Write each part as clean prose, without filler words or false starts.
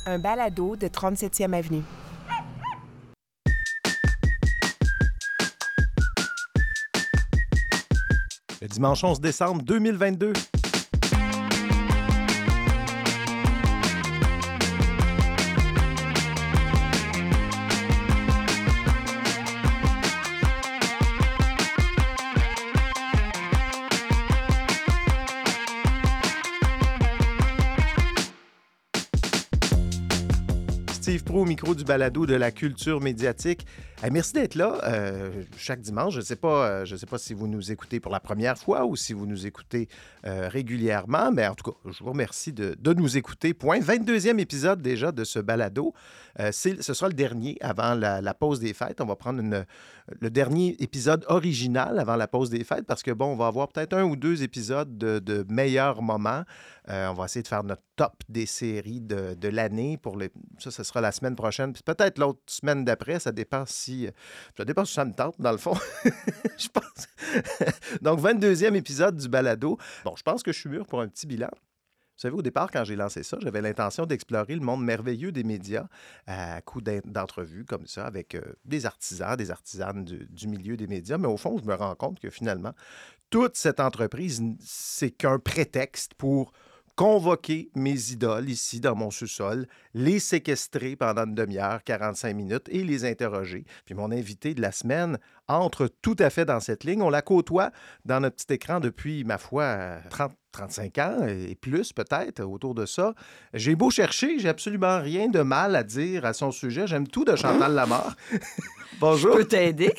Un balado de 37e Avenue. Le dimanche 11 décembre 2022. Steve Proulx au micro du balado de la culture médiatique. Merci d'être là chaque dimanche. Je ne sais pas si vous nous écoutez pour la première fois ou si vous nous écoutez régulièrement, mais en tout cas, je vous remercie de nous écouter. Point. 22e épisode déjà de ce balado. Ce sera le dernier avant la pause des fêtes. On va prendre le dernier épisode original avant la pause des fêtes parce que, bon, on va avoir peut-être 1 ou 2 épisodes de meilleurs moments. On va essayer de faire notre top des séries de l'année. Ça, ce sera la semaine prochaine. Puis peut-être l'autre semaine d'après. Ça dépend si ça me tente, dans le fond. Je pense. Donc, 22e épisode du balado. Bon, je pense que je suis mûr pour un petit bilan. Vous savez, au départ, quand j'ai lancé ça, j'avais l'intention d'explorer le monde merveilleux des médias à coup d'entrevues comme ça avec des artisans, des artisanes du milieu des médias. Mais au fond, je me rends compte que finalement, toute cette entreprise, c'est qu'un prétexte pour convoquer mes idoles ici dans mon sous-sol, les séquestrer pendant une demi-heure, 45 minutes et les interroger. Puis mon invité de la semaine entre tout à fait dans cette ligne. On la côtoie dans notre petit écran depuis, ma foi, 35 ans et plus peut-être autour de ça. J'ai beau chercher, j'ai absolument rien de mal à dire à son sujet. J'aime tout de Chantal Lamarre. Bonjour. Je peux t'aider.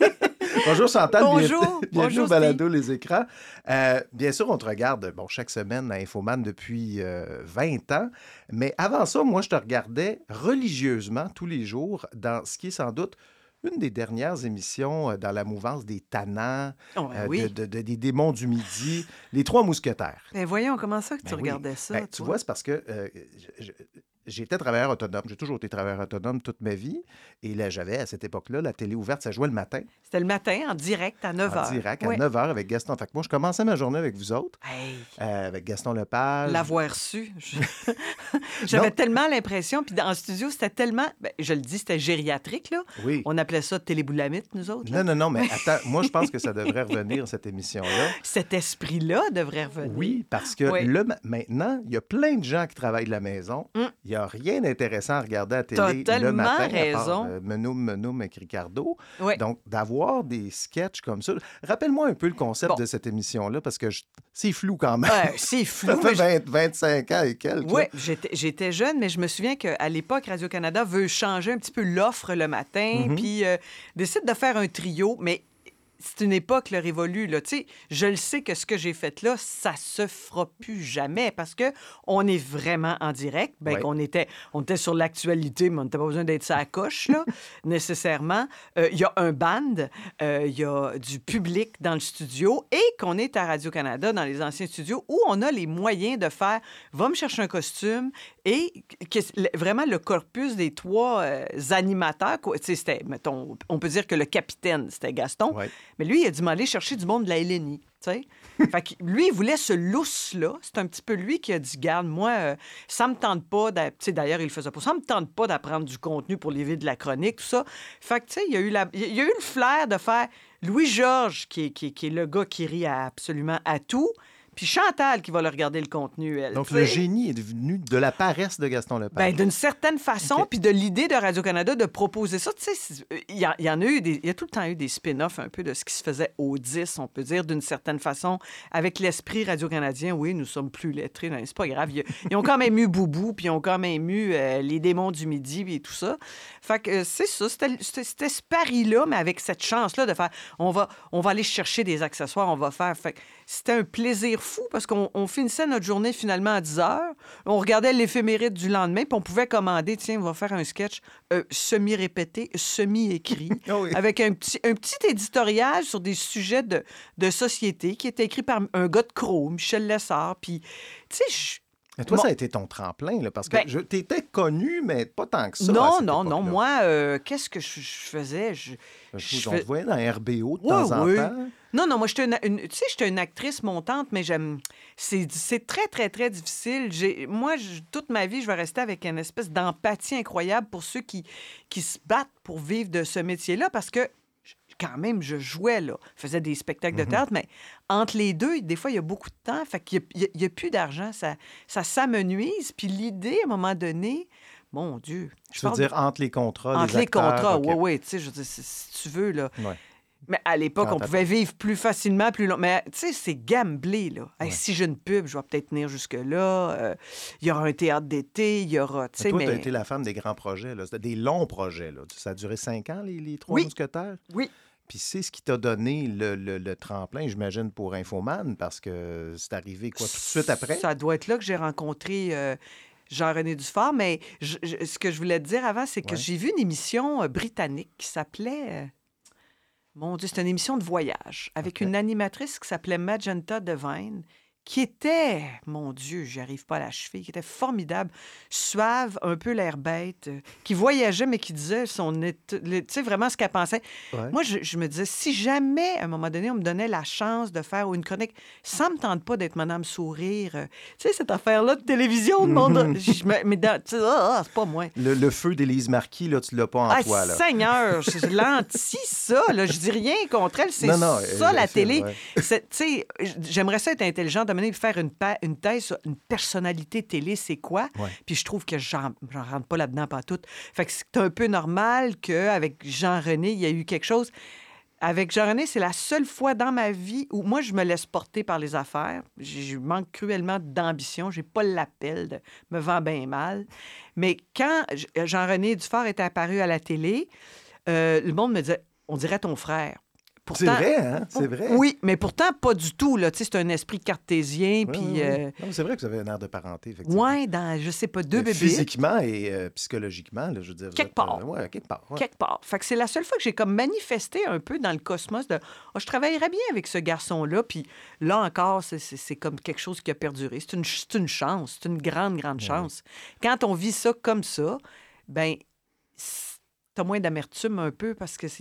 Bonjour Chantal, bonjour. Bienvenue au balado Les Écrans. Bien sûr, on te regarde chaque semaine à Infoman depuis 20 ans, mais avant ça, moi, je te regardais religieusement tous les jours dans ce qui est sans doute une des dernières émissions dans la mouvance des tannants, oui. des démons du midi, les Trois Mousquetaires. Ben voyons, comment ça que tu regardais ça? Tu vois, c'est parce que j'étais travailleur autonome. J'ai toujours été travailleur autonome toute ma vie. Et là, j'avais, à cette époque-là, la télé ouverte, ça jouait le matin. C'était le matin, en direct, à 9 h. En direct, à 9 h avec Gaston. Fait que moi, je commençais ma journée avec vous autres, avec Gaston Lepage. L'avoir su. J'avais tellement l'impression, puis en studio, c'était tellement... Ben, je le dis, c'était gériatrique, là. Oui. On appelait ça téléboulamite, nous autres. Là. Non, mais attends, moi, je pense que ça devrait revenir, cette émission-là. Cet esprit-là devrait revenir. Oui, parce que maintenant, il y a plein de gens qui travaillent de la maison. Il n'y a rien d'intéressant à regarder à la télé le matin. Raison. À part Menoum avec Ricardo. Oui. Donc, d'avoir des sketchs comme ça. Rappelle-moi un peu le concept de cette émission-là, parce que c'est flou quand même. C'est flou. Ça fait 25 ans et quelques. Oui, j'étais jeune, mais je me souviens qu'à l'époque, Radio-Canada veut changer un petit peu l'offre le matin, puis décide de faire un trio, mais... C'est une époque là, révolue. Là. Je le sais que ce que j'ai fait là, ça se fera plus jamais parce qu'on est vraiment en direct. On était sur l'actualité, mais on n'était pas besoin d'être ça à coche, là, nécessairement. Il y a un band, il y a du public dans le studio et qu'on est à Radio-Canada, dans les anciens studios, où on a les moyens de faire « va me chercher un costume » et vraiment le corpus des 3 animateurs. C'était, mettons, on peut dire que le capitaine, c'était Gaston. Ouais. Mais lui, il a dû m'aller chercher du monde de la LNI, tu sais. Fait que lui, il voulait ce lousse-là. C'est un petit peu lui qui a dit, garde, moi, ça me tente pas, tu sais, d'ailleurs, il le faisait pas, ça me tente pas d'apprendre du contenu pour livrer de la chronique, tout ça. Fait que, tu sais, il y a eu le flair de faire Louis-Georges, qui est le gars qui rit absolument à tout, puis Chantal qui va le regarder le contenu, elle. Donc, le génie est devenu de la paresse de Gaston Lepage. Bien, d'une certaine façon, puis de l'idée de Radio-Canada de proposer ça. Tu sais, il y en a eu il y a tout le temps eu des spin-offs un peu de ce qui se faisait au 10, on peut dire, d'une certaine façon, avec l'esprit radio-canadien. Oui, nous sommes plus lettrés, c'est pas grave. Ils ont quand même eu Boubou, puis ils ont quand même eu les démons du midi, et tout ça. Fait que c'est ça, c'était ce pari-là, mais avec cette chance-là de faire, on va aller chercher des accessoires, on va faire... Fait que c'était un plaisir fou parce qu'on finissait notre journée finalement à 10 h. On regardait l'éphéméride du lendemain, puis on pouvait commander, tiens, on va faire un sketch semi-répété, semi-écrit, avec un petit éditorial sur des sujets de société qui était écrit par un gars de Crow, Michel Lessard. Puis, tu sais, Et toi, ça a été ton tremplin, là, parce que tu étais connu, mais pas tant que ça. Non. Moi, qu'est-ce que je faisais? On te voyait dans RBO de temps en temps. Non, moi, j'étais une actrice montante, mais c'est très, très, très difficile. Toute ma vie, je vais rester avec une espèce d'empathie incroyable pour ceux qui se battent pour vivre de ce métier-là, parce que quand même, je jouais, là. Je faisais des spectacles de théâtre, mais entre les deux, des fois, il y a beaucoup de temps. Fait qu'il n'y a plus d'argent. Ça s'amenuise. Puis l'idée, à un moment donné, mon Dieu... Je veux dire, entre les contrats, entre les contrats, oui. Tu sais, je veux dire, si tu veux, là... Ouais. Mais à l'époque, on pouvait vivre plus facilement, plus long. Mais tu sais, c'est gamblé, là. Hey, si j'ai une pub, je vais peut-être venir jusque-là. Il y aura un théâtre d'été, il y aura... Toi, tu as été la femme des grands projets, là. C'était des longs projets, là. Ça a duré 5 ans, les Trois Mousquetaires? Oui. Puis c'est ce qui t'a donné le tremplin, j'imagine, pour Infoman, parce que c'est arrivé, tout de suite après? Ça doit être là que j'ai rencontré Jean-René Dufort, mais ce que je voulais te dire avant, c'est que j'ai vu une émission britannique qui s'appelait... Mon Dieu, c'est une émission de voyage avec une animatrice qui s'appelait Magenta Devine, qui était, mon Dieu, j'y arrive pas à l'achever, qui était formidable, suave, un peu l'air bête, qui voyageait, mais qui disait tu sais, vraiment ce qu'elle pensait. Ouais. Moi, je me disais, si jamais, à un moment donné, on me donnait la chance de faire une chronique, ça me tente pas d'être Madame Sourire. Tu sais, cette affaire-là de télévision, le monde... mais c'est pas moi. Le feu d'Élise Marquis, là, tu l'as pas en toi, là. Seigneur, je l'anti ça, là. Je dis rien contre elle, c'est ça, la télé. Tu sais, j'aimerais ça être intelligente, de faire une thèse sur une personnalité télé, c'est quoi? Ouais. Puis je trouve que j'en rentre pas là-dedans pas tout. Fait que c'est un peu normal qu'avec Jean-René, il y a eu quelque chose. Avec Jean-René, c'est la seule fois dans ma vie où moi, je me laisse porter par les affaires. Je manque cruellement d'ambition. J'ai pas l'appel de me vend bien mal. Mais quand Jean-René Dufort était apparu à la télé, le monde me disait, on dirait ton frère. Pourtant, c'est vrai, hein? C'est vrai. Oui, mais pourtant, pas du tout. Là. Tu sais, c'est un esprit cartésien. Puis, non, c'est vrai que vous avez un air de parenté, effectivement. Oui, dans, je sais pas, 2 bébés. Physiquement et psychologiquement, là, je veux dire. Quelque part. Quelque part. Ouais. Quelque part. Fait que c'est la seule fois que j'ai comme manifesté un peu dans le cosmos de je travaillerais bien avec ce garçon-là. Puis là encore, c'est comme quelque chose qui a perduré. C'est une chance. C'est une grande, grande chance. Quand on vit ça comme ça, ben t'as moins d'amertume un peu parce que c'est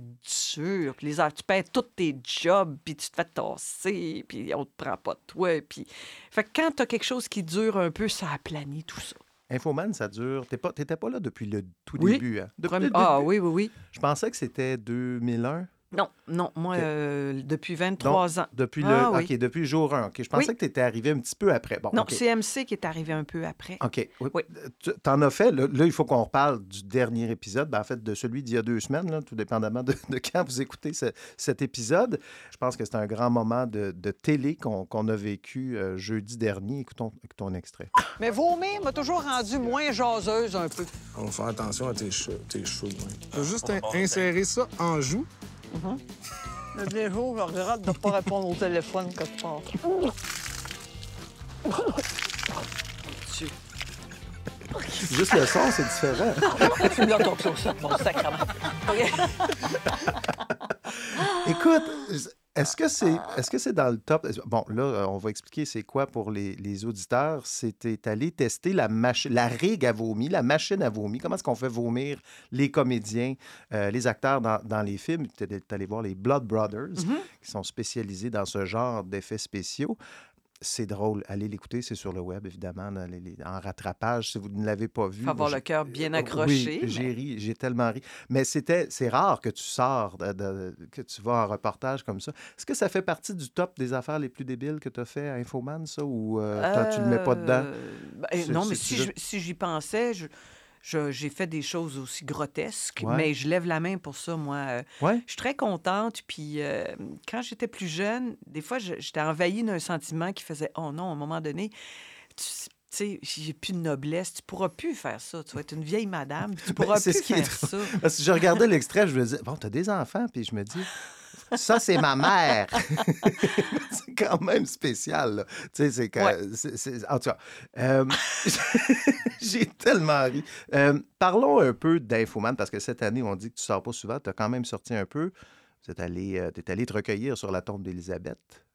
dur. Puis tu perds tous tes jobs, puis tu te fais tasser, puis on te prend pas de toi. Puis... Fait que quand t'as quelque chose qui dure un peu, ça aplanit tout ça. Infoman, ça dure... T'étais pas là depuis le tout début, hein? Oui. Je pensais que c'était 2001. Non. Moi, depuis 23 ans. Depuis le jour 1. OK. Je pensais que tu étais arrivé un petit peu après. Bon, non, c'est MC qui est arrivé un peu après. OK. Oui. Tu en as fait. Là, il faut qu'on reparle du dernier épisode. En fait, de celui d'il y a 2 semaines, là, tout dépendamment de quand vous écoutez cet épisode. Je pense que c'est un grand moment de télé qu'on a vécu jeudi dernier. Écoutons un extrait. Mais vomir m'a toujours rendu moins jaseuse un peu. On va faire attention à tes cheveux. Tu vas juste insérer ça en joue. Le dernier jour, je regrette de ne pas répondre au téléphone quelque part. Juste le son, c'est différent. Tu me donnes ton close-up, mon sacrement. Écoute, est-ce que c'est dans le top? Bon, là, on va expliquer c'est quoi pour les auditeurs. C'était allé tester la rig à vomi, la machine à vomi. Comment est-ce qu'on fait vomir les comédiens, les acteurs dans les films? Tu es allé voir les Blood Brothers, qui sont spécialisés dans ce genre d'effets spéciaux. C'est drôle. Allez l'écouter, c'est sur le web, évidemment, en rattrapage, si vous ne l'avez pas vu. Il faut avoir le cœur bien accroché. Oui, j'ai ri, j'ai tellement ri. Mais c'est rare que tu sors, que tu vas en reportage comme ça. Est-ce que ça fait partie du top des affaires les plus débiles que tu as fait à Infoman, ça, ou tu le mets pas dedans? Non, mais si j'y pensais... J'ai fait des choses aussi grotesques, mais je lève la main pour ça, moi. Je suis très contente. Puis quand j'étais plus jeune, des fois, j'étais envahie d'un sentiment qui faisait « Oh non, à un moment donné, tu sais, j'ai plus de noblesse. Tu pourras plus faire ça. Tu vas être une vieille madame. Tu pourras plus faire ça. » Parce que je regardais l'extrait, je me disais « Bon, t'as des enfants. » Puis je me dis... Ça, c'est ma mère. C'est quand même spécial, là. Tu sais, c'est que... En tout cas, j'ai tellement ri. Parlons un peu d'Infoman, parce que cette année, on dit que tu sors pas souvent. Tu as quand même sorti un peu. T'es allé te recueillir sur la tombe d'Élisabeth.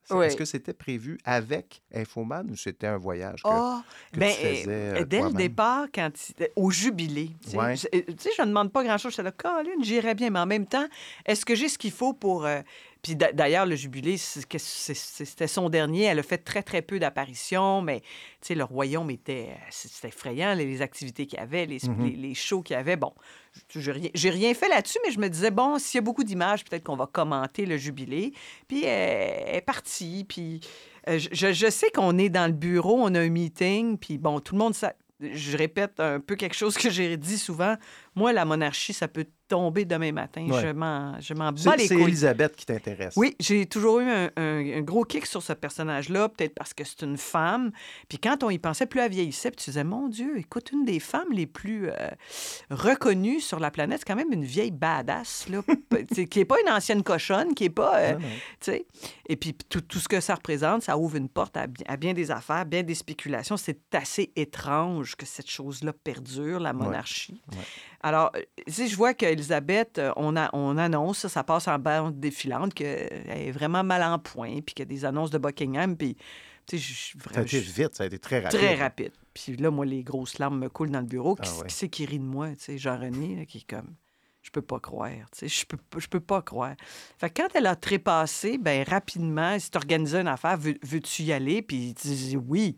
Oui. Est-ce que c'était prévu avec Infoman ou c'était un voyage que tu faisais dès le toi-même? départ, au jubilé, tu sais, Ouais. je ne demande pas grand-chose. Je suis là, Colin, j'irais bien, mais en même temps, est-ce que j'ai ce qu'il faut pour... Puis d'ailleurs, le jubilé, c'était son dernier. Elle a fait très, très peu d'apparitions, mais tu sais, le royaume c'était effrayant, les activités qu'il y avait, les shows qu'il y avait. Bon, j'ai rien fait là-dessus, mais je me disais, bon, s'il y a beaucoup d'images, peut-être qu'on va commenter le jubilé. Puis elle est partie, puis je sais qu'on est dans le bureau, on a un meeting, puis bon, tout le monde... Je répète un peu quelque chose que j'ai dit souvent. Moi, la monarchie, ça peut tomber demain matin. Ouais. Je m'en bats les C'est couilles. Élisabeth qui t'intéresse. Oui, j'ai toujours eu un gros kick sur ce personnage-là, peut-être parce que c'est une femme. Puis quand on y pensait, plus elle vieillissait, puis tu disais, mon Dieu, écoute, une des femmes les plus reconnues sur la planète, c'est quand même une vieille badass, là, qui n'est pas une ancienne cochonne, qui n'est pas... Non. tu sais. Et puis tout ce que ça représente, ça ouvre une porte à bien des affaires, bien des spéculations. C'est assez étrange que cette chose-là perdure, la monarchie. Ouais. Alors, si je vois qu'Élisabeth, on annonce, ça passe en bande défilante, qu'elle est vraiment mal en point, puis qu'il y a des annonces de Buckingham, puis, tu sais, Ça a été vite, ça a été très rapide. Très rapide. Puis là, moi, les grosses larmes me coulent dans le bureau. Qui ouais. c'est qui rit de moi? Tu sais, Jean-René, là, qui est comme... Je peux pas croire, tu sais, je peux pas croire. Fait que quand elle a trépassé, bien, rapidement, elle s'est organisée une affaire, veux-tu y aller? Puis tu dis oui,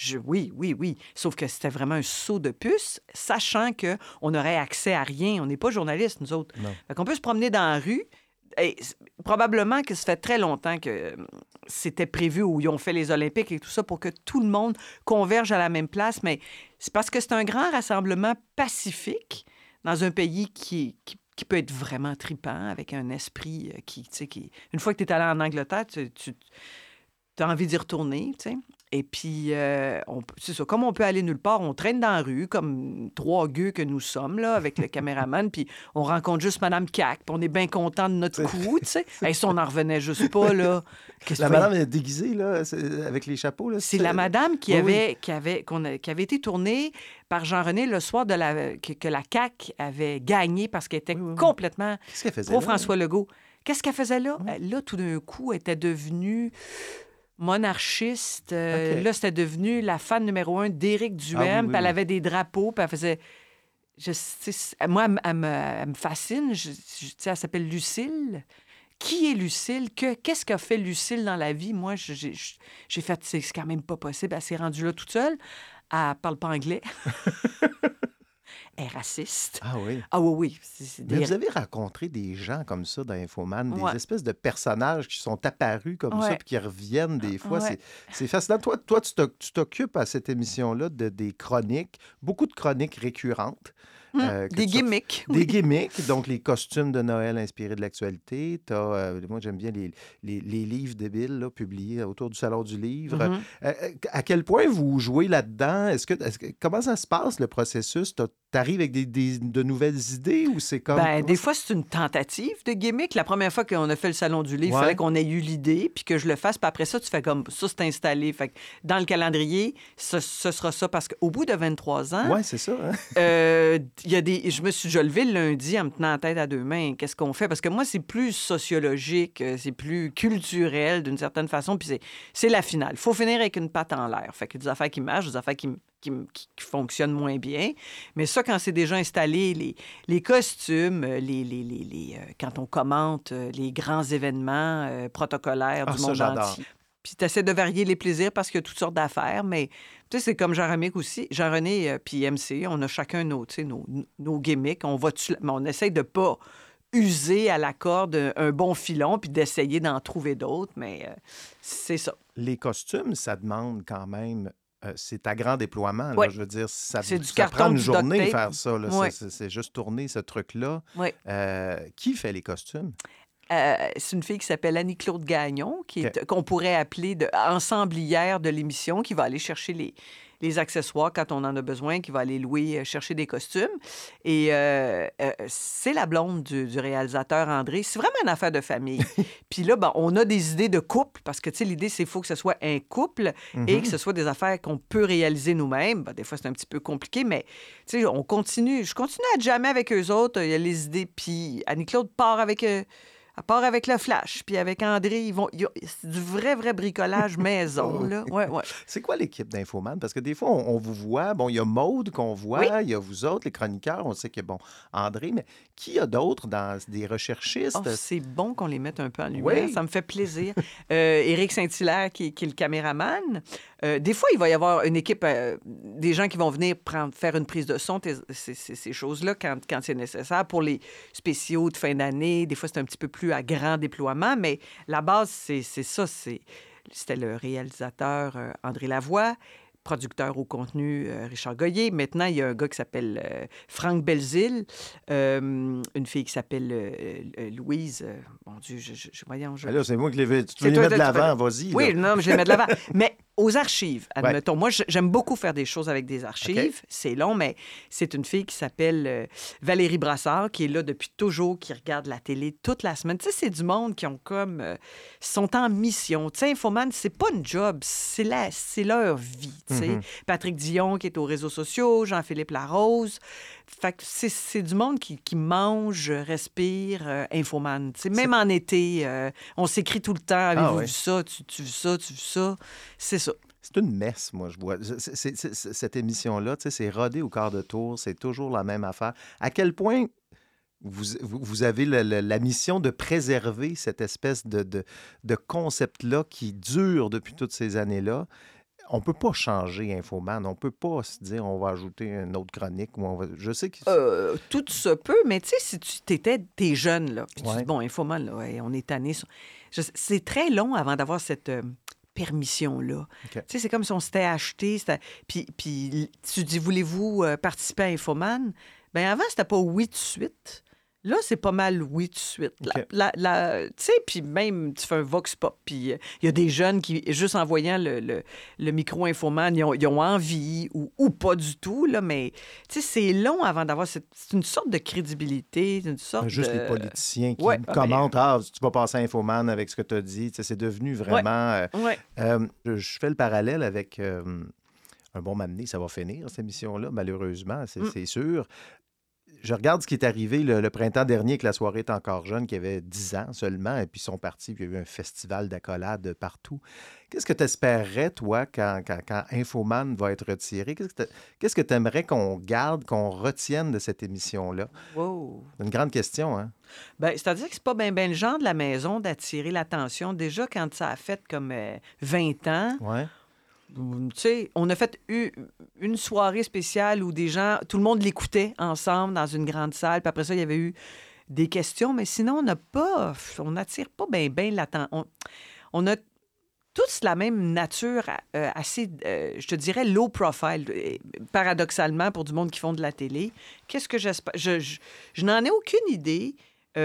oui. Sauf que c'était vraiment un saut de puce, sachant qu'on n'aurait accès à rien. On n'est pas journalistes, nous autres. Non. Fait qu'on peut se promener dans la rue. Et probablement que ça fait très longtemps que c'était prévu où ils ont fait les Olympiques et tout ça pour que tout le monde converge à la même place. Mais c'est parce que c'est un grand rassemblement pacifique dans un pays qui peut être vraiment tripant, avec un esprit qui... Une fois que tu es allé en Angleterre, tu as envie d'y retourner, tu sais. Et puis, c'est ça, comme on peut aller nulle part, on traîne dans la rue, comme trois gueux que nous sommes, là, avec le caméraman, puis on rencontre juste Mme Cac, puis on est bien content de notre coup, tu sais. Et si on n'en revenait juste pas, là... La madame est déguisée, là, avec les chapeaux, là. C'est la madame qui Oui, avait été tournée par Jean-René le soir que la CAQ avait gagné parce qu'elle était complètement Qu'est-ce qu'elle faisait pro là? François Legault. Qu'est-ce qu'elle faisait là? Là, tout d'un coup, elle était devenue monarchiste. OK. Là, c'était devenu la fan numéro 1 d'Éric Duhaime. Puis elle avait des drapeaux, puis elle faisait... Moi, elle me fascine. Elle s'appelle Lucille. Qui est Lucille? Qu'est-ce qu'a fait Lucille dans la vie? Moi, j'ai fait... C'est quand même pas possible. Elle s'est rendue là toute seule. Elle parle pas anglais. Elle est raciste. Ah oui. Ah oui. Mais vous avez rencontré des gens comme ça dans Infoman, des espèces de personnages qui sont apparus comme ça puis qui reviennent des fois. Ouais. C'est fascinant. Toi, tu t'occupes à cette émission-là des chroniques, beaucoup de chroniques récurrentes. Des gimmicks. Des gimmicks, donc les costumes de Noël inspirés de l'actualité. Moi, j'aime bien les livres débiles là, publiés autour du Salon du Livre. À quel point vous jouez là-dedans? Comment ça se passe, le processus? T'arrives avec de nouvelles idées ou c'est comme... Des fois, c'est une tentative de gimmick. La première fois qu'on a fait le Salon du Livre, il fallait qu'on ait eu l'idée puis que je le fasse. Puis après ça, tu fais comme ça, c'est installé. Fait que dans le calendrier, ce sera ça. Parce qu'au bout de 23 ans... Oui, c'est ça. Hein? Je me suis déjà levé le lundi en me tenant la tête à deux mains. Qu'est-ce qu'on fait? Parce que moi, c'est plus sociologique, c'est plus culturel d'une certaine façon, puis c'est la finale. Il faut finir avec une patte en l'air. Fait que des affaires qui marchent, des affaires qui fonctionnent moins bien. Mais ça, quand c'est déjà installé, les costumes, quand on commente les grands événements protocolaires du monde entier. Puis tu essaies de varier les plaisirs parce qu'il y a toutes sortes d'affaires, mais tu sais, c'est comme Jean-René aussi. Jean-René puis MC, on a chacun nos gimmicks. On essaie de pas user à la corde un bon filon puis d'essayer d'en trouver d'autres, mais c'est ça. Les costumes, ça demande quand même... c'est à grand déploiement. Là, ouais. Je veux dire, ça carton, prend une journée de faire ça. Là. Ouais. C'est juste tourner ce truc-là. Ouais. Qui fait les costumes? C'est une fille qui s'appelle Annie-Claude Gagnon, qu'on pourrait appeler ensemblière de l'émission, qui va aller chercher les accessoires quand on en a besoin, qui va aller chercher des costumes. Et c'est la blonde du réalisateur André. C'est vraiment une affaire de famille. Puis là, on a des idées de couple, parce que, tu sais, l'idée, c'est qu'il faut que ce soit un couple et que ce soit des affaires qu'on peut réaliser nous-mêmes. Des fois, c'est un petit peu compliqué, mais, tu sais, je continue à jammer avec eux autres. Il y a les idées. Puis Annie-Claude part avec À part avec le Flash, puis avec André, c'est du vrai bricolage maison, là. Ouais. C'est quoi l'équipe d'Infoman? Parce que des fois, on vous voit. Bon, il y a Maude qu'on voit, il y a vous autres, les chroniqueurs. On sait qu'il y a, André, mais qui y a d'autres dans des recherchistes? Oh, c'est bon qu'on les mette un peu en lumière. Oui. Ça me fait plaisir. Éric Saint-Hilaire, qui est le caméraman. Des fois, il va y avoir une équipe, des gens qui vont venir faire une prise de son, ces choses-là, quand c'est nécessaire. Pour les spéciaux de fin d'année, des fois, c'est un petit peu plus à grand déploiement, mais la base, c'est ça. C'était le réalisateur André Lavoie, producteur au contenu Richard Goyer. Maintenant, il y a un gars qui s'appelle Franck Belzile, une fille qui s'appelle Louise. Mon Dieu, voyons. Là, c'est moi qui l'ai... Tu veux les mettre de l'avant, vas-y. Oui, là. non, mais je les mets de l'avant. Mais aux archives, admettons. Moi, j'aime beaucoup faire des choses avec des archives. Okay. C'est long, mais c'est une fille qui s'appelle Valérie Brassard, qui est là depuis toujours, qui regarde la télé toute la semaine. Tu sais, c'est du monde qui ont comme... sont en mission. Tu sais, Infoman, c'est pas une job, c'est leur vie, tu sais. Patrick Dion, qui est aux réseaux sociaux, Jean-Philippe Larose. Fait que c'est du monde qui mange, respire, Infoman. Tu sais, même en été, on s'écrit tout le temps. Avez-vous vu ça? Tu vu ça? Tu vu ça? C'est ça. C'est une messe, moi, je vois. Cette émission-là, tu sais, c'est rodé au quart de tour, c'est toujours la même affaire. À quel point vous avez la mission de préserver cette espèce de concept-là qui dure depuis toutes ces années-là? On ne peut pas changer Infoman. On ne peut pas se dire on va ajouter une autre chronique. Ou je sais que... tout se peut, mais tu sais, si t'es jeune, là, puis tu dis, bon, Infoman, là, on est tanné. C'est très long avant d'avoir cette... permission-là. Okay. Tu sais, c'est comme si on s'était acheté. Puis tu dis, voulez-vous participer à Infoman? Bien, avant, c'était pas oui tout de suite. Là, c'est pas mal oui tout de suite. Okay. Tu sais, puis même, tu fais un vox pop, puis il y a des jeunes qui, juste en voyant le micro Infoman, ils ont envie ou pas du tout, là, mais tu sais, c'est long avant d'avoir c'est une sorte de crédibilité, une sorte juste les politiciens qui commentent, tu vas passer à Infoman avec ce que tu as dit, tu sais, c'est devenu vraiment... je fais le parallèle avec un bon m'amener, ça va finir, cette émission-là, malheureusement, c'est sûr. Je regarde ce qui est arrivé le printemps dernier, que la soirée est encore jeune, qui avait 10 ans seulement, et puis ils sont partis, puis il y a eu un festival d'accolade partout. Qu'est-ce que tu espérerais, toi, quand Infoman va être retiré? Qu'est-ce que tu aimerais qu'on garde, qu'on retienne de cette émission-là? Wow. C'est une grande question, hein? Bien, c'est-à-dire que c'est pas bien le genre de la maison d'attirer l'attention. Déjà, quand ça a fait comme 20 ans... Ouais. Tu sais, on a fait une soirée spéciale où des gens, tout le monde l'écoutait ensemble dans une grande salle. Puis après ça, il y avait eu des questions. Mais sinon, on n'attire pas bien l'attention. On a tous la même nature assez, je te dirais, low profile, paradoxalement, pour du monde qui font de la télé. Qu'est-ce que j'espère? Je n'en ai aucune idée.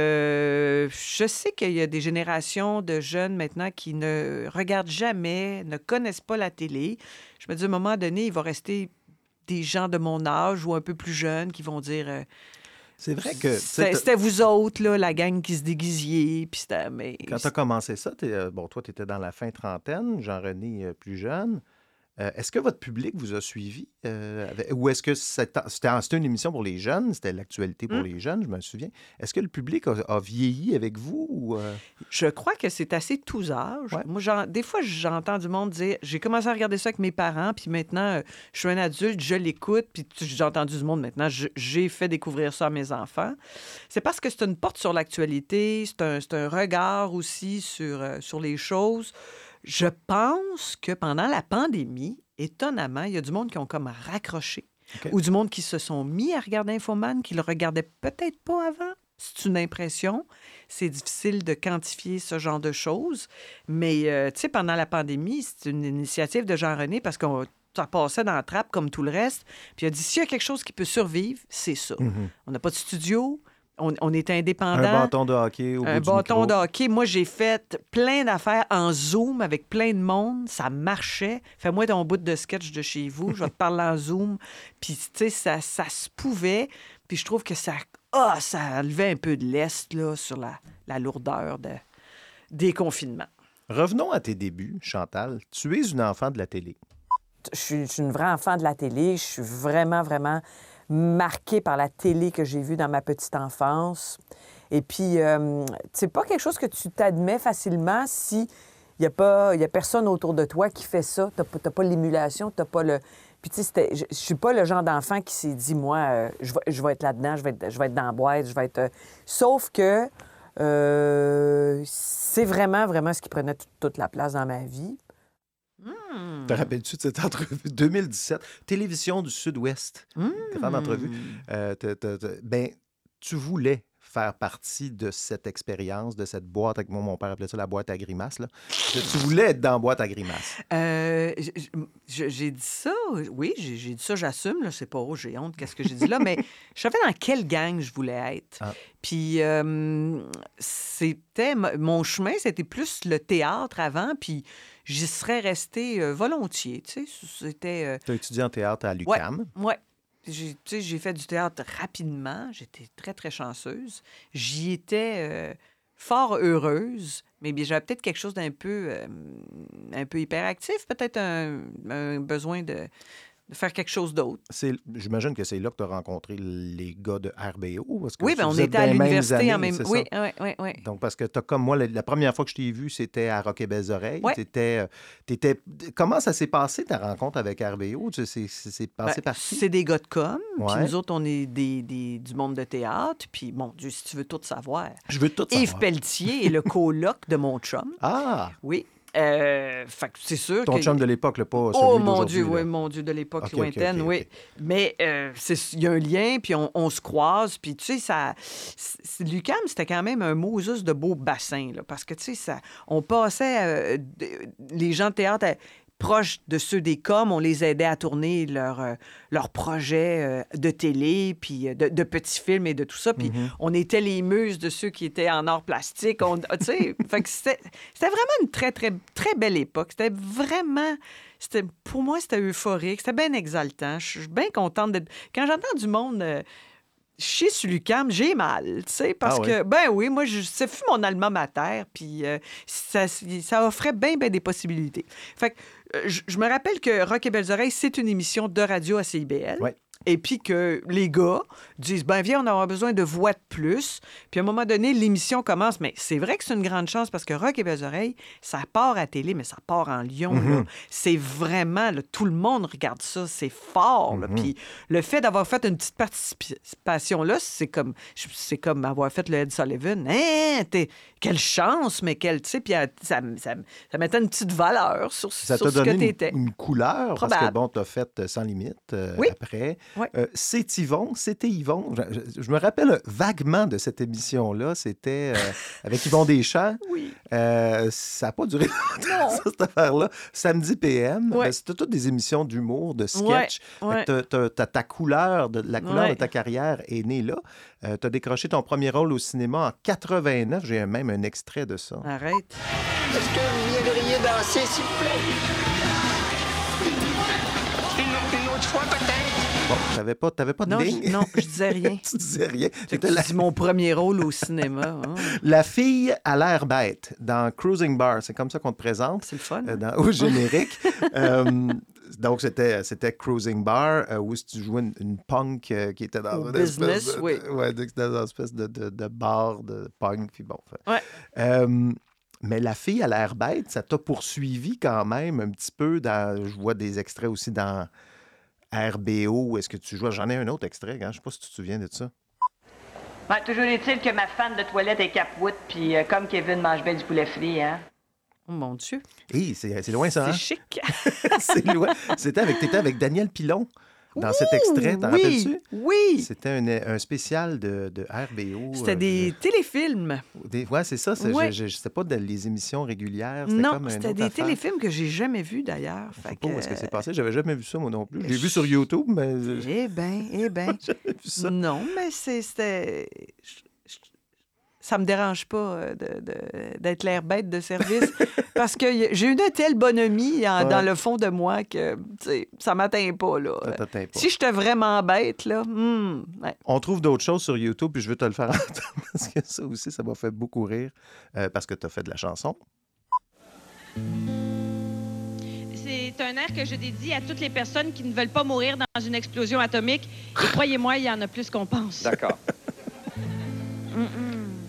Je sais qu'il y a des générations de jeunes maintenant qui ne regardent jamais, ne connaissent pas la télé. Je me dis, à un moment donné, il va rester des gens de mon âge ou un peu plus jeunes qui vont dire... c'est vrai que... C'était vous autres, là, la gang qui se déguisiez. Puis mais... Quand tu as commencé ça, toi, tu étais dans la fin trentaine, Jean-René plus jeune. Est-ce que votre public vous a suivi? Ou est-ce que c'était une émission pour les jeunes? C'était l'actualité pour les jeunes, je me souviens. Est-ce que le public a vieilli avec vous? Ou Je crois que c'est assez tous âges. Ouais. Moi, des fois, j'entends du monde dire « J'ai commencé à regarder ça avec mes parents, puis maintenant, je suis un adulte, je l'écoute. » Puis j'ai entendu du monde maintenant, j'ai fait découvrir ça à mes enfants. C'est parce que c'est une porte sur l'actualité, c'est un regard aussi sur les choses. Je pense que pendant la pandémie, étonnamment, il y a du monde qui ont comme raccroché. Okay. Ou du monde qui se sont mis à regarder Infoman, qui le regardaient peut-être pas avant. C'est une impression. C'est difficile de quantifier ce genre de choses. Mais, tu sais, pendant la pandémie, c'est une initiative de Jean-René parce qu'on ça passait dans la trappe comme tout le reste. Puis il a dit, s'il y a quelque chose qui peut survivre, c'est ça. Mm-hmm. On n'a pas de studio. On est indépendant. Un bâton de hockey au bout du micro. Un bâton de hockey. Moi, j'ai fait plein d'affaires en Zoom avec plein de monde. Ça marchait. Fais-moi ton bout de sketch de chez vous. Je vais te parler en Zoom. Puis, tu sais, ça se pouvait. Puis, je trouve que ça enlevait un peu de lest là, sur la lourdeur des confinements. Revenons à tes débuts, Chantal. Tu es une enfant de la télé. Je suis une vraie enfant de la télé. Je suis vraiment, vraiment... marquée par la télé que j'ai vue dans ma petite enfance. Et puis, c'est pas quelque chose que tu t'admets facilement si il y a personne autour de toi qui fait ça. T'as pas l'émulation, t'as pas le... Puis, tu sais, je suis pas le genre d'enfant qui s'est dit, moi, je vais être là-dedans, je vais être dans la boîte, je vais être... Sauf que c'est vraiment, vraiment ce qui prenait toute la place dans ma vie. Te rappelles-tu de cette entrevue? 2017, Télévision du Sud-Ouest. Grande entrevue. Ben, tu voulais faire partie de cette expérience, de cette boîte, avec moi, mon père appelait ça la boîte à grimaces, là. Tu voulais être dans la boîte à grimaces. J'ai dit ça, oui, j'ai dit ça, j'assume, là, c'est pas j'ai honte, qu'est-ce que j'ai dit là, mais je savais dans quelle gang je voulais être. Ah. Puis c'était, mon chemin, c'était plus le théâtre avant, puis j'y serais restée volontiers, tu sais, c'était... Tu as étudié en théâtre à l'UQAM. Ouais. J'ai fait du théâtre rapidement. J'étais très, très chanceuse. J'y étais fort heureuse, mais bien, j'avais peut-être quelque chose d'un peu hyperactif, peut-être un besoin de faire quelque chose d'autre. J'imagine que c'est là que tu as rencontré les gars de RBO. Parce que oui, bien, on était à l'université en même temps. Oui. Donc, parce que tu as comme moi, la première fois que je t'ai vu, c'était à Rock et Belles Oreilles. Ouais. Comment ça s'est passé, ta rencontre avec RBO? C'est passé par qui? C'est des gars de com. Ouais. Puis nous autres, on est du monde de théâtre. Puis, mon Dieu, si tu veux tout savoir. Je veux tout savoir. Yves Pelletier est le coloc de mon chum. Ah! Oui. Fait que c'est sûr Ton chum de l'époque, pas celui Oh, mon d'aujourd'hui. Dieu, là. oui, mon Dieu, de l'époque lointaine, ok. oui. Mais il y a un lien, puis on se croise, puis tu sais, l'UQAM, c'était quand même un Moses de beau bassin, là, parce que, tu sais, on passait, les gens de théâtre... proches de ceux des coms, on les aidait à tourner leurs projets de télé, puis de petits films et de tout ça. Puis on était les muses de ceux qui étaient en art plastique. Tu sais, fait que c'était vraiment une très, très, très belle époque. Pour moi, c'était euphorique. C'était bien exaltant. Je suis bien contente d'être... Quand j'entends du monde... chier sur l'UQAM, j'ai mal, tu sais, parce que, ben oui, moi, ça fut mon alma mater, puis ça offrait bien des possibilités. Fait que je me rappelle que Rock et Belles Oreilles, c'est une émission de radio à CIBL. Ouais. Et puis que les gars disent, ben viens, on aura besoin de voix de plus. Puis à un moment donné, l'émission commence. Mais c'est vrai que c'est une grande chance parce que Rock et Belles Oreilles, ça part à télé, mais ça part en Lyon. Là. C'est vraiment, là, tout le monde regarde ça. C'est fort. Là. Puis le fait d'avoir fait une petite participation là, c'est comme avoir fait le Ed Sullivan. Hein, quelle chance, mais quelle, tu sais, puis ça mettait une petite valeur sur ce que t'étais. Ça t'a donné une couleur, Probable. parce que, bon, t'as fait Sans Limite après. Ouais. C'était Yvon. Je me rappelle vaguement de cette émission-là. C'était avec Yvon Deschamps. Oui. Ça n'a pas duré longtemps, ça, cette affaire-là. Samedi PM. Ouais. C'était toutes des émissions d'humour, de sketch. Ouais. Ta couleur, la couleur de ta carrière est née là. Tu as décroché ton premier rôle au cinéma en 89. J'ai même un extrait de ça. Arrête. Est-ce que vous viendriez danser, s'il vous plaît? Une autre fois, peut-être? Bon, t'avais pas de Non, ligne? non, je disais rien. Tu disais rien. C'était mon premier rôle au cinéma. Hein. La fille à l'air bête dans Cruising Bar. C'est comme ça qu'on te présente. C'est le fun. Au générique. Donc, c'était Cruising Bar, où tu jouais une punk qui était dans Au une business, espèce oui. Ouais, dans une espèce de bar de punk. Puis bon. Ouais. Mais la fille à l'air bête, ça t'a poursuivi quand même un petit peu dans... Je vois des extraits aussi dans RBO. Où est-ce que tu joues? J'en ai un autre extrait. Hein? Je sais pas si tu te souviens de ça. Ben, toujours est-il que ma fan de toilette est Capwood, puis comme Kevin mange bien du poulet frit, hein? Oh mon Dieu. Hey, c'est loin ça, hein? C'est chic. C'est loin. T'étais avec Daniel Pilon dans cet extrait, t'en rappelles-tu? Oui. C'était un spécial de RBO. C'était des téléfilms. Ouais, c'est ça. Ouais. Je sais pas les émissions régulières. Non, c'était des téléfilms que j'ai jamais vus d'ailleurs. Je sais pas où est-ce que c'est passé. J'avais jamais vu ça, moi non plus. Je l'ai vu sur YouTube, mais... Eh bien. J'avais vu ça. Non, mais c'était... Ça me dérange pas d'être l'air bête de service parce que j'ai une telle bonhomie dans le fond de moi que ça m'atteint pas. Là. Ça t'atteint pas. Si j'étais vraiment bête, là, ouais. On trouve d'autres choses sur YouTube, puis je veux te le faire entendre parce que ça aussi, ça m'a fait beaucoup rire parce que tu as fait de la chanson. C'est un air que je dédie à toutes les personnes qui ne veulent pas mourir dans une explosion atomique. Et croyez-moi, il y en a plus qu'on pense. D'accord.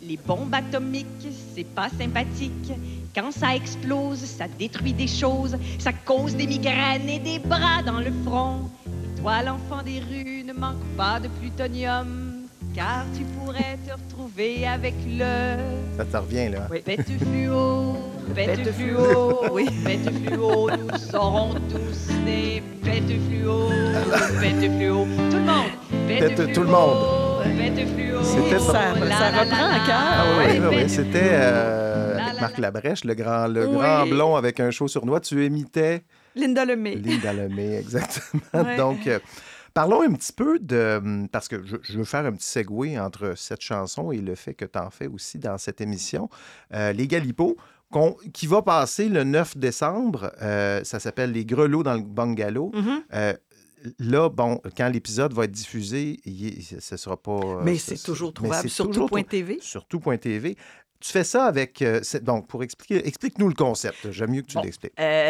Les bombes atomiques, c'est pas sympathique. Quand ça explose, ça détruit des choses. Ça cause des migraines et des bras dans le front. Et toi, l'enfant des rues, ne manque pas de plutonium. Car tu pourrais te retrouver avec le... Ça te revient, là. Oui. Bête fluo, bête fluo, Oui. bête fluo, nous serons tous des bêtes fluo, bête fluo. Tout le monde, Bête, bête tout le monde. bête fluo. C'était ça. Ça reprend en cœur. Ah oui, Ouais, bête c'était fluo. avec Marc Labrèche, le grand Oui. blond avec un chaud sur noix. Tu imitais Linda Lemay. Linda Lemay, exactement. Ouais. Donc, parlons un petit peu de... Parce que je veux faire un petit segue entre cette chanson et le fait que tu en fais aussi dans cette émission. Les Galipots, qui va passer le 9 décembre. Ça s'appelle Les Grelots dans le bungalow. Là, bon, quand l'épisode va être diffusé, ce ne sera pas... Mais c'est toujours trouvable sur tout.tv. Sur tout.tv. Tu fais ça avec... donc, pour explique-nous le concept. J'aime mieux que tu l'expliques.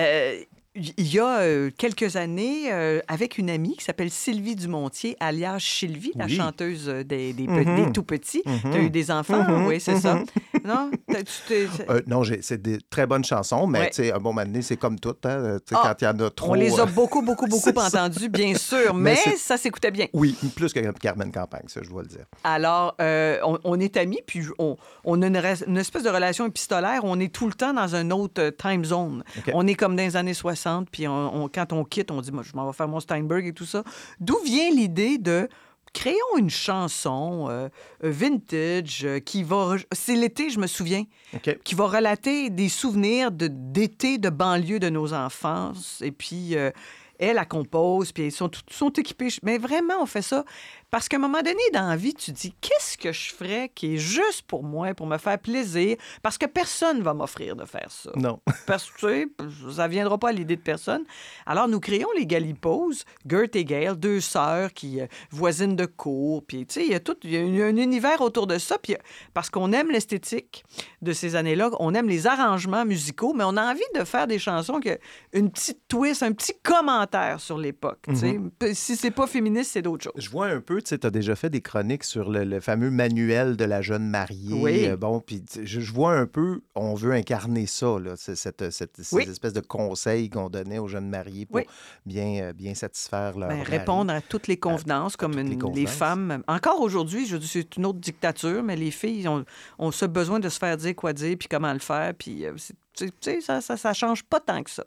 Il y a quelques années, avec une amie qui s'appelle Sylvie Dumontier, alias Sylvie, la chanteuse des tout-petits. Tu as eu des enfants? Oui, c'est ça. Non? Non, c'est des très bonnes chansons, mais tu sais, un bon moment donné, c'est comme tout. Hein, quand il y en a trop... On les a beaucoup entendus, bien sûr, mais ça s'écoutait bien. Oui, plus que Carmen Campagne, ça, je dois le dire. Alors, on est amis, puis on a une espèce de relation épistolaire. On est tout le temps dans un autre time zone. Okay. On est comme dans les années 60. Puis quand on quitte, on dit, moi, je m'en vais faire mon Steinberg et tout ça. D'où vient l'idée de créons une chanson vintage qui va... C'est l'été, je me souviens, qui va relater des souvenirs d'été de banlieue de nos enfances. Et puis, elle compose, puis ils sont équipés. Mais vraiment, on fait ça parce qu'à un moment donné, dans la vie, tu dis, qu'est-ce que je ferais qui est juste pour moi, pour me faire plaisir, parce que personne ne va m'offrir de faire ça. Non. Parce que, tu sais, ça ne viendra pas à l'idée de personne. Alors, nous créons les Galipos, Gert et Gail, deux sœurs qui voisines de cour, puis, tu sais, il y a un univers autour de ça, puis parce qu'on aime l'esthétique de ces années-là, on aime les arrangements musicaux, mais on a envie de faire des chansons qui ont une petite twist, un petit commentaire sur l'époque, tu sais. Si c'est pas féministe, c'est d'autres choses. Je vois un peu, tu sais, tu as déjà fait des chroniques sur le fameux manuel de la jeune mariée. Oui. Bon, puis je vois un peu, on veut incarner ça, là, ces espèces de conseils qu'on donnait aux jeunes mariés pour bien satisfaire leur mari. Répondre à toutes les convenances, comme les femmes. Encore aujourd'hui, je dis, c'est une autre dictature, mais les filles ont ce besoin de se faire dire quoi dire, puis comment le faire, puis tu sais, ça change pas tant que ça.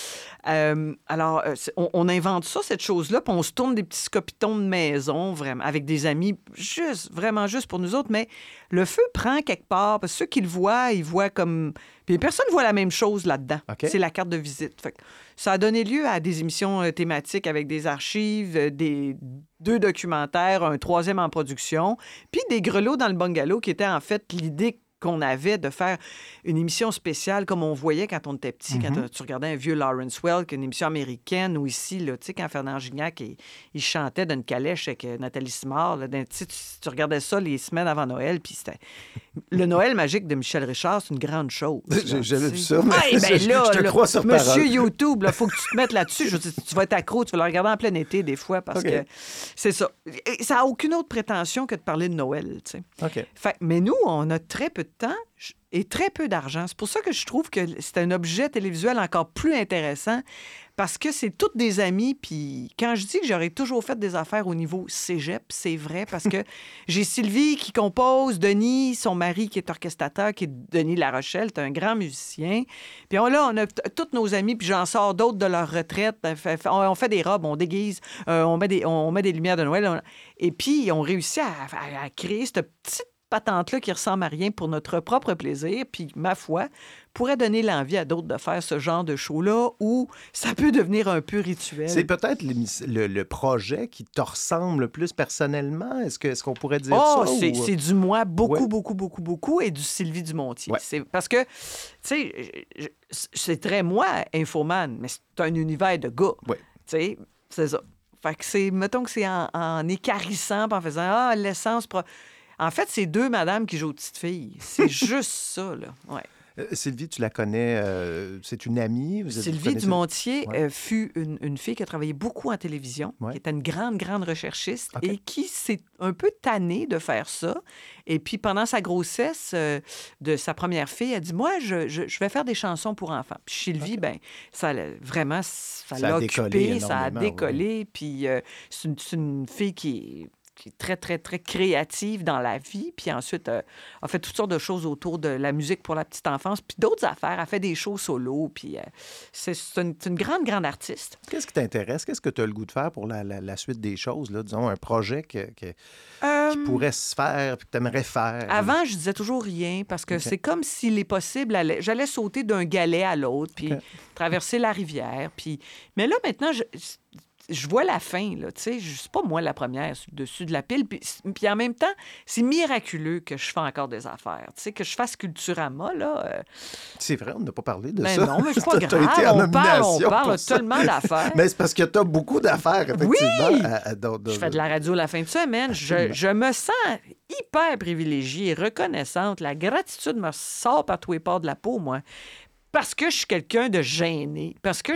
Alors, on invente ça, cette chose-là, puis on se tourne des petits scopitons de maison, vraiment, avec des amis, vraiment juste pour nous autres, mais le feu prend quelque part, parce que ceux qui le voient, ils voient comme... Puis personne ne voit la même chose là-dedans. Okay. C'est la carte de visite. Fait que ça a donné lieu à des émissions thématiques avec des archives, des 2 documentaires, un 3e en production, puis des grelots dans le bungalow, qui était en fait l'idée qu'on avait de faire une émission spéciale comme on voyait quand on était petit, quand tu regardais un vieux Lawrence Welk, une émission américaine, ou ici, là, tu sais, quand Fernand Gignac, il chantait d'une calèche avec Nathalie Simard, là, tu regardais ça les semaines avant Noël, puis c'était... Le Noël magique de Michel Richard, c'est une grande chose. J'ai jamais vu ça, mais je te crois sur parole. Monsieur YouTube, il faut que tu te mettes là-dessus. Je veux dire, tu vas être accro, tu vas le regarder en plein été des fois, parce que c'est ça. Et ça n'a aucune autre prétention que de parler de Noël, tu sais. Mais nous, on a très peu de temps et très peu d'argent. C'est pour ça que je trouve que c'est un objet télévisuel encore plus intéressant, parce que c'est toutes des amis. Puis quand je dis que j'aurais toujours fait des affaires au niveau cégep, c'est vrai, parce que j'ai Sylvie qui compose, Denis, son mari qui est orchestrateur, qui est Denis Larochelle, c'est un grand musicien. Puis on a tous nos amis, puis j'en sors d'autres de leur retraite. On fait des robes, on déguise, on met des lumières de Noël. Et puis on réussit à créer cette petite patente-là qui ressemble à rien pour notre propre plaisir, puis, ma foi, pourrait donner l'envie à d'autres de faire ce genre de show-là où ça peut devenir un peu rituel. C'est peut-être le projet qui te ressemble le plus personnellement? Est-ce qu'on pourrait dire ça? C'est du moi beaucoup, et du Sylvie Dumontier. Ouais. C'est parce que, tu sais, c'est très moi, Infoman, mais c'est un univers de gars. Ouais. Tu sais, c'est ça. Fait que c'est, mettons que c'est en écarissant, en faisant, l'essence... En fait, c'est 2 madames qui jouent aux petites filles. C'est juste ça, là. Ouais. Sylvie, tu la connais, c'est une amie? Sylvie Dumontier fut une fille qui a travaillé beaucoup en télévision, qui était une grande, grande recherchiste et qui s'est un peu tannée de faire ça. Et puis, pendant sa grossesse de sa première fille, elle dit, moi, je vais faire des chansons pour enfants. Puis Sylvie, ça l'a occupé, ça a décollé. Puis c'est une fille qui est très, très, très créative dans la vie. Puis ensuite, a fait toutes sortes de choses autour de la musique pour la petite enfance. Puis d'autres affaires. Elle fait des shows solo. Puis c'est une grande, grande artiste. Qu'est-ce qui t'intéresse? Qu'est-ce que tu as le goût de faire pour la suite des choses? Là? Disons, un projet qui pourrait se faire puis que tu aimerais faire. Avant, je disais toujours rien parce que c'est comme s'il est possible. J'allais sauter d'un galet à l'autre puis traverser la rivière. Puis... Mais là, maintenant, je vois la fin, là, tu sais. C'est pas moi la première dessus de la pile. Puis en même temps, c'est miraculeux que je fais encore des affaires. Tu sais, que je fasse Culturama, là. C'est vrai, on n'a pas parlé de ça. Non, mais c'est pas grave. On parle tellement d'affaires. Mais c'est parce que tu as beaucoup d'affaires, effectivement. Oui! Je fais de la radio la fin de semaine. Je me sens hyper privilégiée, reconnaissante. La gratitude me sort par tous les pores de la peau, moi. Parce que je suis quelqu'un de gêné, parce que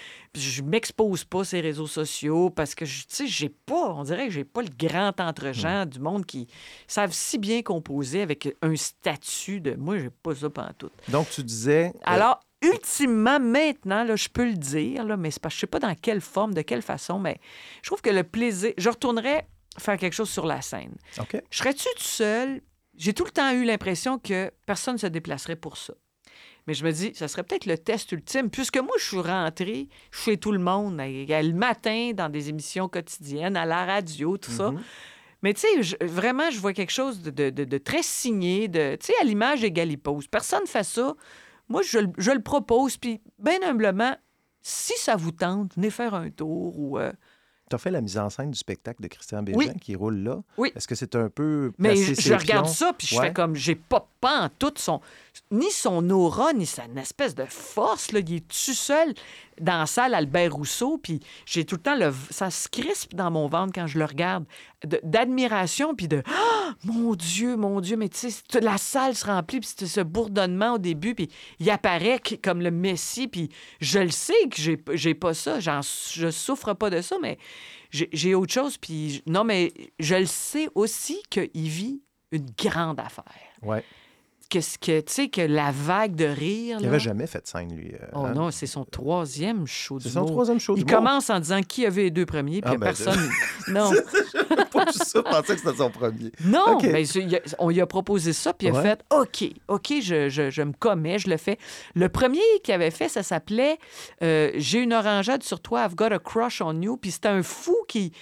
je m'expose pas ces réseaux sociaux, parce que, tu sais, on dirait que j'ai pas le grand entre-gens du monde qui savent si bien composer avec un statut de... Moi, j'ai pas ça pantoute. Donc, tu disais... Alors, ultimement, maintenant, là, je peux le dire, là, mais c'est parce que je sais pas dans quelle forme, de quelle façon, mais je trouve que le plaisir... Je retournerais faire quelque chose sur la scène. OK. Je serais-tu tout seul? J'ai tout le temps eu l'impression que personne ne se déplacerait pour ça. Mais je me dis, ça serait peut-être le test ultime, puisque moi, je suis rentrée chez tout le monde, le matin, dans des émissions quotidiennes, à la radio, tout ça. Mais tu sais, vraiment, je vois quelque chose de très signé, tu sais, à l'image des Galipos. Personne ne fait ça. Moi, je le propose, puis bien humblement, si ça vous tente, venez faire un tour ou... Tu as fait la mise en scène du spectacle de Christian Bégin qui roule là. Oui. Est-ce que c'est un peu... Mais je regarde ça, puis je fais comme... J'ai pas en tout ni son aura, ni son espèce de force. Là. Il est tout seul dans la salle Albert Rousseau, puis j'ai tout le temps... Ça se crispe dans mon ventre quand je le regarde. D'admiration, puis de... Oh, mon Dieu, mais tu sais, la salle se remplit, puis c'est ce bourdonnement au début, puis il apparaît comme le Messie, puis je le sais que j'ai pas ça. Je souffre pas de ça, mais j'ai autre chose, puis... Non, mais je le sais aussi qu'il vit une grande affaire. Ouais. Tu sais, que la vague de rire... Il n'avait jamais fait de scène, lui. Non, c'est son troisième show d'humour. C'est son troisième show d'humour. Il commence en disant qui avait les deux premiers, puis personne... Non. J'avais pas vu ça, je pensais que c'était son premier. Non, mais on lui a proposé ça, puis il a fait « OK, je me commets, je le fais ». Le premier qu'il avait fait, ça s'appelait « J'ai une orangeade sur toi, I've got a crush on you », puis c'était un fou qui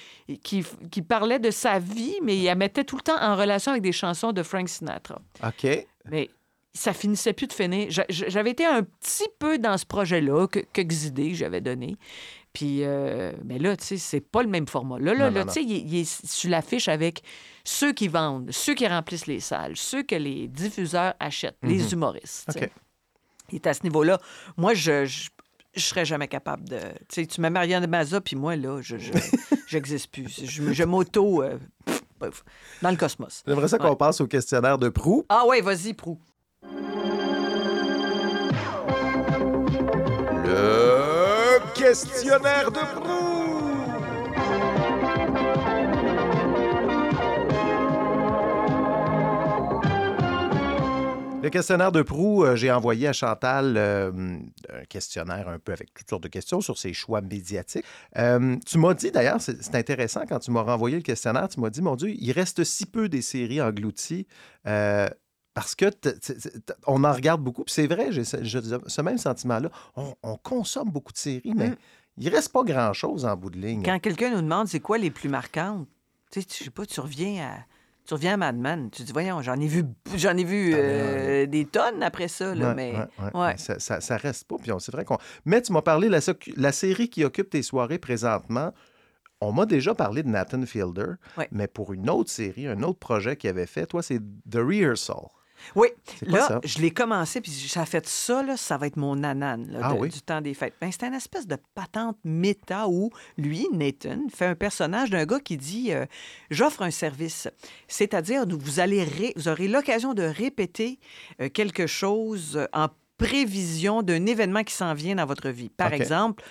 parlait de sa vie, mais il la mettait tout le temps en relation avec des chansons de Frank Sinatra. OK. Mais ça finissait plus de finir. J'avais été un petit peu dans ce projet-là, quelques idées que j'avais données. Puis, mais là, tu sais, c'est pas le même format. Là, tu sais, il est sur l'affiche avec ceux qui vendent, ceux qui remplissent les salles, ceux que les diffuseurs achètent, les humoristes. OK. Il est à ce niveau-là. Moi, je serais jamais capable de... Tu sais, tu mets Marianne Mazza, puis moi, là, j'existe plus. Je m'auto... dans le cosmos. J'aimerais ça qu'on passe au questionnaire de Proulx. Ah oui, vas-y, Proulx. Le questionnaire de Proulx. Le questionnaire de Proulx, j'ai envoyé à Chantal un questionnaire un peu avec toutes sortes de questions sur ses choix médiatiques. Tu m'as dit, d'ailleurs, c'est intéressant, quand tu m'as renvoyé le questionnaire, tu m'as dit, mon Dieu, il reste si peu des séries englouties parce que on en regarde beaucoup. Puis c'est vrai, j'ai ce même sentiment-là. On consomme beaucoup de séries, mais il reste pas grand-chose en bout de ligne. Quand quelqu'un nous demande c'est quoi les plus marquantes, tu sais, je sais pas, tu reviens à Mad Men. Tu dis, voyons, j'en ai vu des tonnes après ça. Là, ouais. Ça reste pas. Puis c'est vrai qu'on... Mais tu m'as parlé de la série qui occupe tes soirées présentement. On m'a déjà parlé de Nathan Fielder, mais pour une autre série, un autre projet qu'il avait fait, toi, c'est The Rehearsal. Oui, C'est quoi là, ça? je l'ai commencé, puis ça a fait ça, là, ça va être mon nanan là, du temps des fêtes. Ben, c'est une espèce de patente méta où lui, Nathan, fait un personnage d'un gars qui dit j'offre un service. C'est-à-dire, vous aurez l'occasion de répéter quelque chose en prévision d'un événement qui s'en vient dans votre vie. Par exemple,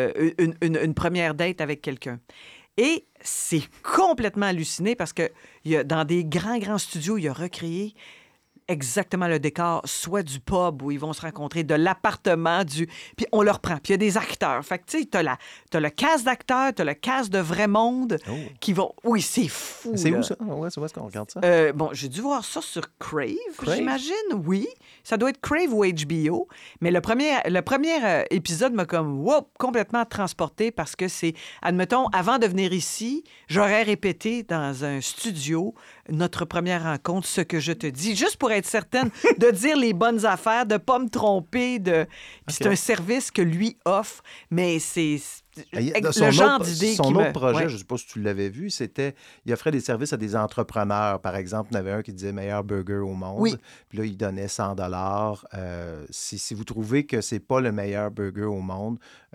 une première date avec quelqu'un. Et c'est complètement halluciné parce que dans des grands studios, il a recréé exactement le décor, soit du pub où ils vont se rencontrer, de l'appartement, puis on le reprend. Puis il y a des acteurs. Fait que, tu sais, t'as le cast d'acteurs, t'as le cast de vrai monde qui vont... Oui, c'est fou, C'est là. où ça? Ouais, c'est où est-ce qu'on regarde ça? Bon, j'ai dû voir ça sur Crave, j'imagine, oui. Ça doit être Crave ou HBO. Mais le premier épisode m'a comme complètement transporté parce que c'est, admettons, avant de venir ici, j'aurais répété dans un studio notre première rencontre, ce que je te dis, juste pour être certaine de dire les bonnes affaires, de ne pas me tromper. Puis c'est un service que lui offre, mais c'est le genre d'idée Son autre projet, je ne sais pas si tu l'avais vu, c'était, il offrait des services à des entrepreneurs. Par exemple, il y en avait un qui disait « meilleur burger au monde ». Oui. Puis là, il donnait 100 $. Si vous trouvez que c'est pas le meilleur burger au monde,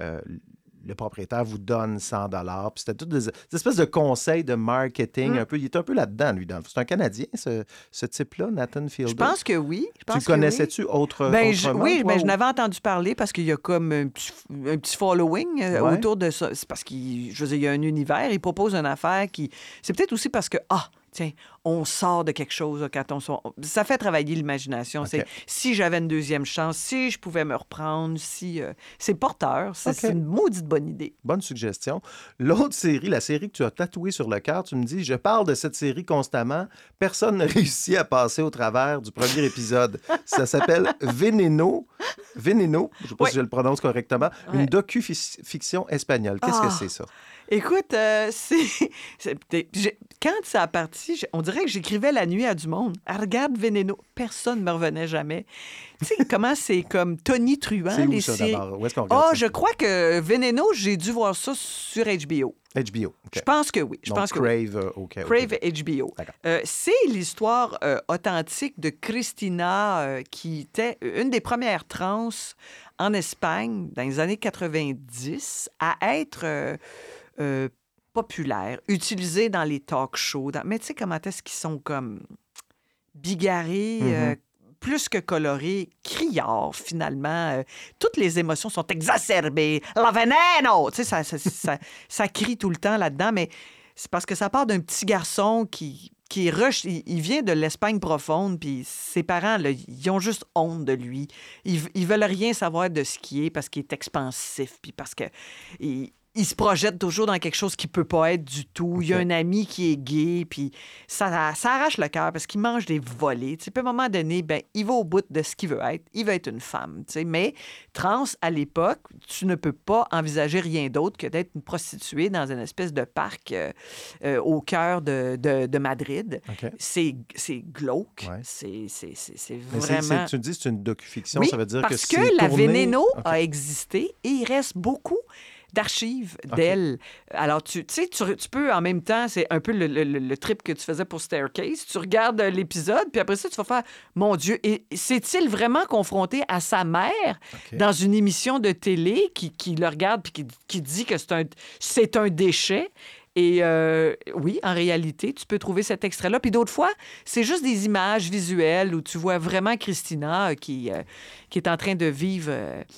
le propriétaire vous donne 100 $. Puis c'était toutes des espèces de conseils de marketing. Un peu, il est un peu là-dedans, lui. C'est un Canadien, ce type-là, Nathan Fielder. Je pense que oui. Tu connaissais-tu autrement? Oui, mais je n'avais entendu parler parce qu'il y a comme un petit following autour de ça. C'est parce qu'il y a un univers. Il propose une affaire qui... C'est peut-être aussi parce que, tiens, on sort de quelque chose là, quand on sort. Ça fait travailler l'imagination. C'est si j'avais une deuxième chance, si je pouvais me reprendre, si... c'est porteur. C'est une maudite bonne idée. Bonne suggestion. L'autre série, la série que tu as tatouée sur le cœur, tu me dis, je parle de cette série constamment. Personne n'a réussi à passer au travers du premier épisode. Ça s'appelle Veneno. Veneno, je ne sais pas si je le prononce correctement. Une docu-fiction espagnole. Qu'est-ce que c'est, ça? Écoute, quand ça a parti, on dirait que j'écrivais la nuit à du monde. Ah, regarde Veneno. Personne ne me revenait jamais. Tu sais, comment c'est comme Tony Truant, c'est les où, ça, séries. d'abord? Où est-ce qu'on regarde ça? Je crois que Veneno, j'ai dû voir ça sur HBO. HBO, OK. Je pense que oui. Crave, OK. Crave HBO. C'est l'histoire authentique de Cristina, qui était une des premières trans en Espagne dans les années 90 à être... populaire, utilisé dans les talk shows. Mais tu sais comment est-ce qu'ils sont comme bigarrés, plus que colorés, criards finalement. Toutes les émotions sont exacerbées. La veneno! Tu sais, ça crie tout le temps là-dedans, mais c'est parce que ça part d'un petit garçon qui est rush. Il vient de l'Espagne profonde, puis ses parents, là, ils ont juste honte de lui. Ils veulent rien savoir de ce qu'il est parce qu'il est expansif, puis parce que... Il se projette toujours dans quelque chose qui peut pas être du tout. Il y a un ami qui est gay, puis ça arrache le cœur parce qu'il mange des volets. Tu sais, puis à un moment donné, il va au bout de ce qu'il veut être. Il veut être une femme, tu sais. Mais trans, à l'époque, tu ne peux pas envisager rien d'autre que d'être une prostituée dans une espèce de parc au cœur de Madrid. C'est glauque. Ouais. C'est Mais vraiment... tu dis que c'est une docu-fiction, Oui, ça veut dire que parce c'est que la tourné... Veneno a existé et il reste beaucoup d'archives d'elle. Alors, tu sais, tu peux en même temps, c'est un peu le trip que tu faisais pour Staircase. Tu regardes l'épisode, puis après ça, tu vas faire « Mon Dieu, et s'est-il vraiment confronté à sa mère dans une émission de télé qui le regarde puis qui dit que c'est un déchet? » Et oui, en réalité, tu peux trouver cet extrait-là. Puis d'autres fois, c'est juste des images visuelles où tu vois vraiment Cristina qui est en train de vivre...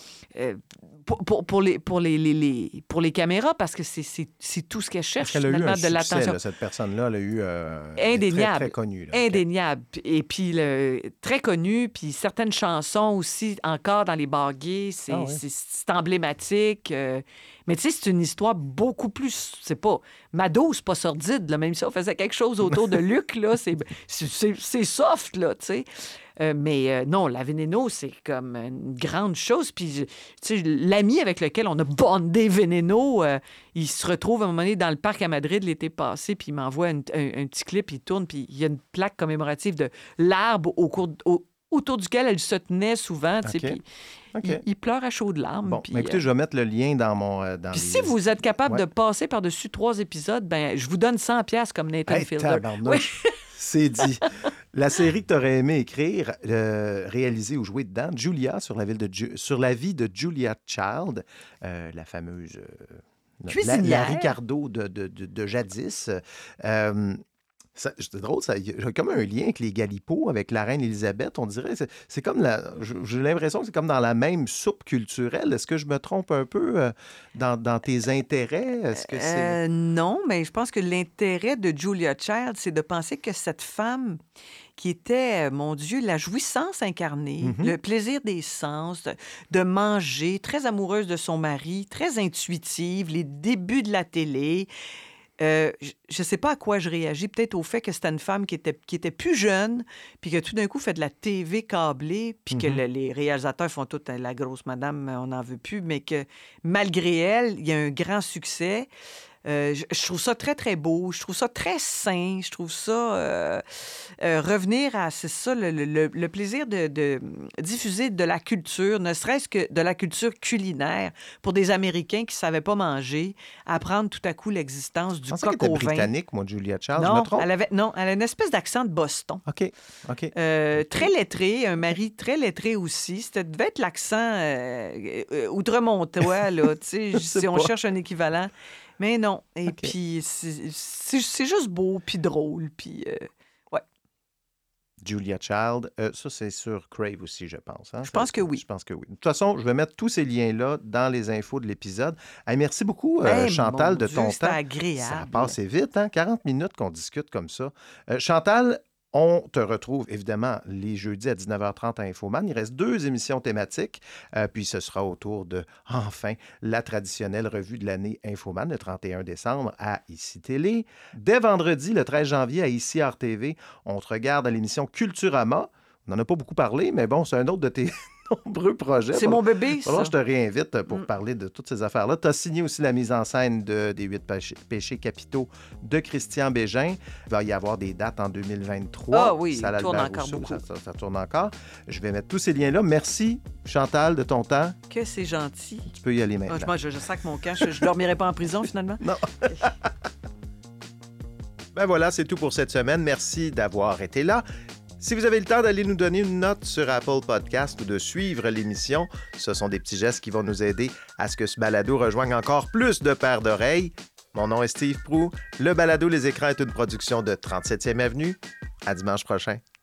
Pour les caméras, parce que c'est tout ce qu'elle cherche, elle a finalement, eu un de l'attention. succès, là, cette personne-là, elle a eu... indéniable. Très, très connue. Là. Indéniable. Et puis, très connue, puis certaines chansons aussi, encore dans les bars gays, c'est emblématique. Mais tu sais, c'est une histoire beaucoup plus... C'est pas... Mado, c'est pas sordide, là, même si on faisait quelque chose autour de Luc, là, c'est soft, là, tu sais. Mais non, la Veneno, c'est comme une grande chose. Puis, tu sais, l'ami avec lequel on a bondé Veneno, il se retrouve à un moment donné dans le parc à Madrid l'été passé, puis il m'envoie un petit clip, il tourne, puis il y a une plaque commémorative de l'arbre autour duquel elle se tenait souvent, tu sais, puis... Il pleure à chaudes larmes. Bon, puis, mais écoutez, je vais mettre le lien dans mon... puis si vous êtes capable de passer par-dessus 3 épisodes, ben je vous donne 100$ comme Nathan Fielder. C'est dit. La série que tu aurais aimé écrire, réaliser ou jouer dedans, Julia, sur la vie de Julia Child, la fameuse... la Ricardo de jadis. C'est drôle, il y a comme un lien avec les Galipots, avec la reine Élisabeth, on dirait. C'est comme j'ai l'impression que c'est comme dans la même soupe culturelle. Est-ce que je me trompe un peu dans tes intérêts? Est-ce que c'est... Non, mais je pense que l'intérêt de Julia Child, c'est de penser que cette femme qui était, mon Dieu, la jouissance incarnée, le plaisir des sens, de manger, très amoureuse de son mari, très intuitive, les débuts de la télé... je ne sais pas à quoi je réagis. Peut-être au fait que c'était une femme qui était plus jeune, puis que tout d'un coup fait de la TV câblée, puis que les réalisateurs font toute la grosse madame, on n'en veut plus, mais que malgré elle, il y a un grand succès. Je trouve ça très, très beau. Je trouve ça très sain. Je trouve ça... revenir à, c'est ça, le plaisir de diffuser de la culture, ne serait-ce que de la culture culinaire, pour des Américains qui ne savaient pas manger, apprendre tout à coup l'existence du coq au vin. Elle était britannique, moi, Julia Child, non, je me trompe? Elle a une espèce d'accent de Boston. OK. Très lettré, un mari très lettré aussi. C'était devait être l'accent outremontois, là, tu sais, si on cherche un équivalent. Mais non. Et puis, c'est juste beau, puis drôle, puis... ouais. Julia Child, ça, c'est sur Crave aussi, je pense. Hein? Je pense que oui. Je pense que oui. De toute façon, je vais mettre tous ces liens-là dans les infos de l'épisode. Hey, merci beaucoup, Chantal, de ton temps. C'était agréable. Ça a passé vite, hein? 40 minutes qu'on discute comme ça. Chantal, on te retrouve évidemment les jeudis à 19h30 à Infoman. Il reste 2 émissions thématiques, puis ce sera autour de, enfin, la traditionnelle revue de l'année Infoman, le 31 décembre à ICI Télé. Dès vendredi, le 13 janvier à ICI RTV, on te regarde à l'émission Culturama. On n'en a pas beaucoup parlé, mais bon, c'est un autre de tes nombreux projets. C'est mon bébé, ça. Alors, je te réinvite pour parler de toutes ces affaires-là. Tu as signé aussi la mise en scène des 8 péchés capitaux de Christian Bégin. Il va y avoir des dates en 2023. Ah oui, ça tourne encore beaucoup. Ça tourne encore. Je vais mettre tous ces liens-là. Merci, Chantal, de ton temps. Que c'est gentil. Tu peux y aller maintenant. Moi, je sens que mon camp, je ne dormirai pas en prison, finalement. Non. Ben voilà, c'est tout pour cette semaine. Merci d'avoir été là. Si vous avez le temps d'aller nous donner une note sur Apple Podcast ou de suivre l'émission, ce sont des petits gestes qui vont nous aider à ce que ce balado rejoigne encore plus de paires d'oreilles. Mon nom est Steve Proulx. Le balado Les Écrans est une production de 37e Avenue. À dimanche prochain.